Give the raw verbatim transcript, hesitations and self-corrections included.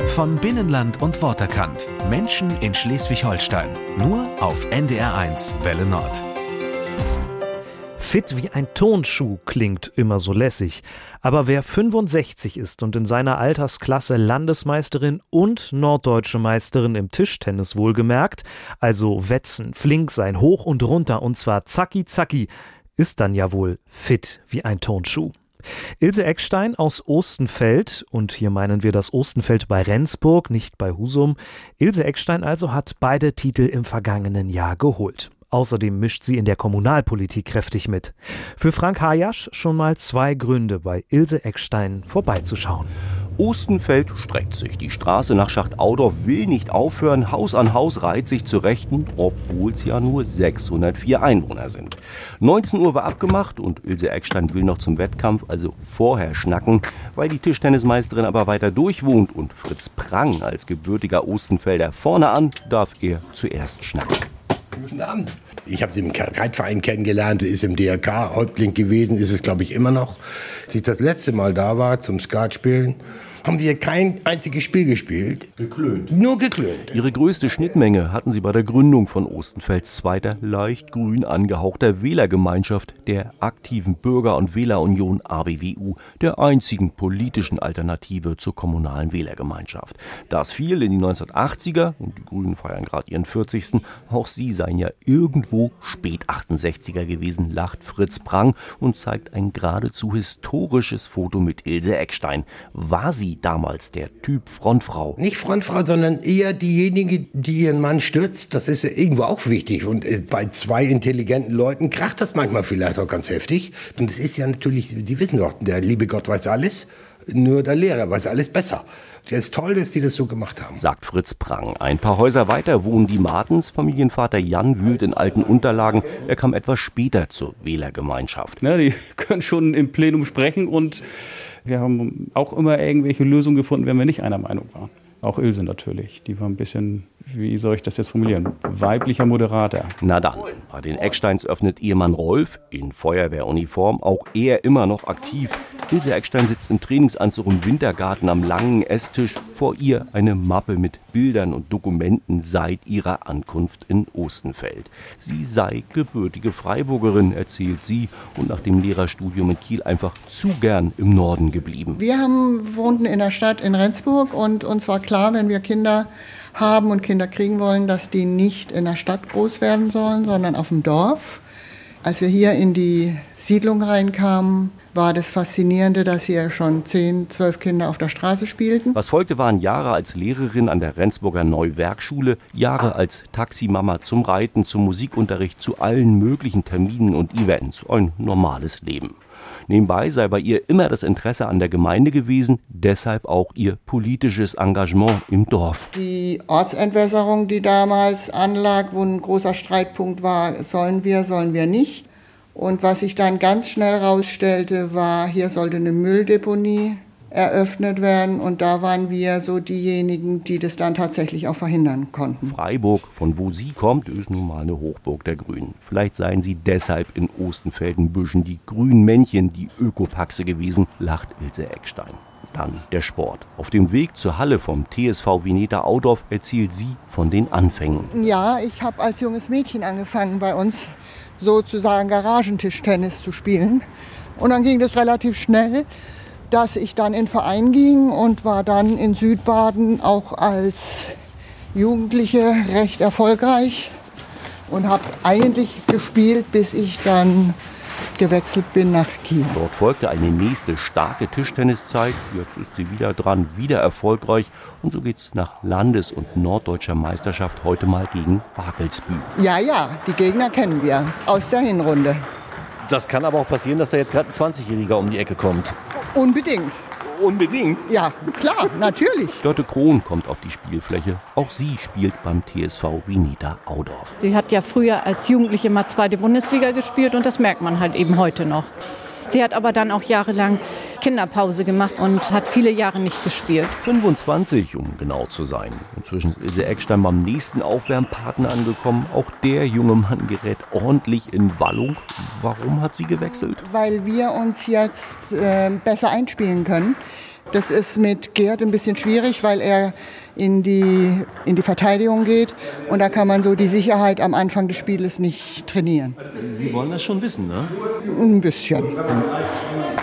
Von Binnenland und Worterkant. Menschen in Schleswig-Holstein. Nur auf N D R eins Welle Nord. Fit wie ein Turnschuh klingt immer so lässig. Aber wer fünfundsechzig ist und in seiner Altersklasse Landesmeisterin und norddeutsche Meisterin im Tischtennis wohlgemerkt, also wetzen, flink sein, hoch und runter und zwar zacki zacki, ist dann ja wohl fit wie ein Turnschuh. Ilse Eckstein aus Ostenfeld, und hier meinen wir das Ostenfeld bei Rendsburg, nicht bei Husum. Ilse Eckstein also hat beide Titel im vergangenen Jahr geholt. Außerdem mischt sie in der Kommunalpolitik kräftig mit. Für Frank Hajasch schon mal zwei Gründe, bei Ilse Eckstein vorbeizuschauen. Ostenfeld streckt sich. Die Straße nach Schacht-Audorf will nicht aufhören. Haus an Haus reiht sich zu Rechten, obwohl es ja nur sechshundertvier Einwohner sind. neunzehn Uhr war abgemacht und Ilse Eckstein will noch zum Wettkampf, also vorher schnacken. Weil die Tischtennismeisterin aber weiter durchwohnt und Fritz Prang als gebürtiger Ostenfelder vorne an, darf er zuerst schnacken. Guten Abend. Ich habe sie im Reitverein kennengelernt, ist im D R K-Häuptling gewesen, ist es glaube ich immer noch. Als ich das letzte Mal da war zum Skatspielen, haben wir kein einziges Spiel gespielt. Geklönt. Nur geklönt. Ihre größte Schnittmenge hatten sie bei der Gründung von Ostenfelds zweiter, leicht grün angehauchter Wählergemeinschaft, der aktiven Bürger- und Wählerunion A B W U, der einzigen politischen Alternative zur kommunalen Wählergemeinschaft. Das fiel in die neunzehnhundertachtziger und die Grünen feiern gerade ihren vierzigsten Auch sie seien ja irgendwo spät achtundsechziger gewesen, lacht Fritz Prang und zeigt ein geradezu historisches Foto mit Ilse Eckstein. War sie damals der Typ Frontfrau? Nicht Frontfrau, sondern eher diejenige, die ihren Mann stützt. Das ist ja irgendwo auch wichtig. Und bei zwei intelligenten Leuten kracht das manchmal vielleicht auch ganz heftig. Und es ist ja natürlich, Sie wissen doch, der liebe Gott weiß alles, nur der Lehrer weiß alles besser. Es ist toll, dass die das so gemacht haben. Sagt Fritz Prang. Ein paar Häuser weiter wohnen die Martens. Familienvater Jan wühlt in alten Unterlagen. Er kam etwas später zur Wählergemeinschaft. Ja, die können schon im Plenum sprechen und wir haben auch immer irgendwelche Lösungen gefunden, wenn wir nicht einer Meinung waren. Auch Ilse natürlich. Die war ein bisschen, wie soll ich das jetzt formulieren, weiblicher Moderator. Na dann, bei den Ecksteins öffnet Ehemann Rolf, in Feuerwehruniform, auch er immer noch aktiv. Ilse Eckstein sitzt im Trainingsanzug im Wintergarten am langen Esstisch. Vor ihr eine Mappe mit Bildern und Dokumenten seit ihrer Ankunft in Ostenfeld. Sie sei gebürtige Freiburgerin, erzählt sie, und nach dem Lehrerstudium in Kiel einfach zu gern im Norden geblieben. Wir haben, wohnten in der Stadt in Rendsburg und uns war klar, wenn wir Kinder haben und Kinder kriegen wollen, dass die nicht in der Stadt groß werden sollen, sondern auf dem Dorf. Als wir hier in die Siedlung reinkamen, war das Faszinierende, dass hier schon zehn, zwölf Kinder auf der Straße spielten. Was folgte, waren Jahre als Lehrerin an der Rendsburger Neuwerkschule, Jahre als Taximama zum Reiten, zum Musikunterricht, zu allen möglichen Terminen und Events. Ein normales Leben. Nebenbei sei bei ihr immer das Interesse an der Gemeinde gewesen, deshalb auch ihr politisches Engagement im Dorf. Die Ortsentwässerung, die damals anlag, wo ein großer Streitpunkt war, sollen wir, sollen wir nicht. Und was sich dann ganz schnell herausstellte, war, hier sollte eine Mülldeponie eröffnet werden. Und da waren wir so diejenigen, die das dann tatsächlich auch verhindern konnten. Freiburg, von wo sie kommt, ist nun mal eine Hochburg der Grünen. Vielleicht seien sie deshalb in Ostenfeldenbüschen die grünen Männchen, die Ökopaxe gewesen, lacht Ilse Eckstein. Dann der Sport. Auf dem Weg zur Halle vom T S V Vineta Audorf erzählt sie von den Anfängen. Ja, ich habe als junges Mädchen angefangen, bei uns sozusagen Garagentischtennis zu spielen. Und dann ging das relativ schnell, dass ich dann in den Verein ging und war dann in Südbaden auch als Jugendliche recht erfolgreich und habe eigentlich gespielt, bis ich dann gewechselt bin nach Kiel. Dort folgte eine nächste starke Tischtenniszeit. Jetzt ist sie wieder dran, wieder erfolgreich. Und so geht's nach Landes- und norddeutscher Meisterschaft heute mal gegen Wagelsbü. Ja, ja, die Gegner kennen wir aus der Hinrunde. Das kann aber auch passieren, dass da jetzt gerade ein zwanzigjähriger um die Ecke kommt. Unbedingt. Unbedingt? Ja, klar, natürlich. Dörte Krohn kommt auf die Spielfläche. Auch sie spielt beim T S V Vineta Audorf. Sie hat ja früher als Jugendliche mal zweite Bundesliga gespielt und das merkt man halt eben heute noch. Sie hat aber dann auch jahrelang Kinderpause gemacht und hat viele Jahre nicht gespielt. fünfundzwanzig, um genau zu sein. Inzwischen ist Ilse Eckstein beim nächsten Aufwärmpartner angekommen. Auch der junge Mann gerät ordentlich in Wallung. Warum hat sie gewechselt? Weil wir uns jetzt äh, besser einspielen können. Das ist mit Gerd ein bisschen schwierig, weil er in die, in die Verteidigung geht. Und da kann man so die Sicherheit am Anfang des Spieles nicht trainieren. Sie wollen das schon wissen, ne? Ein bisschen.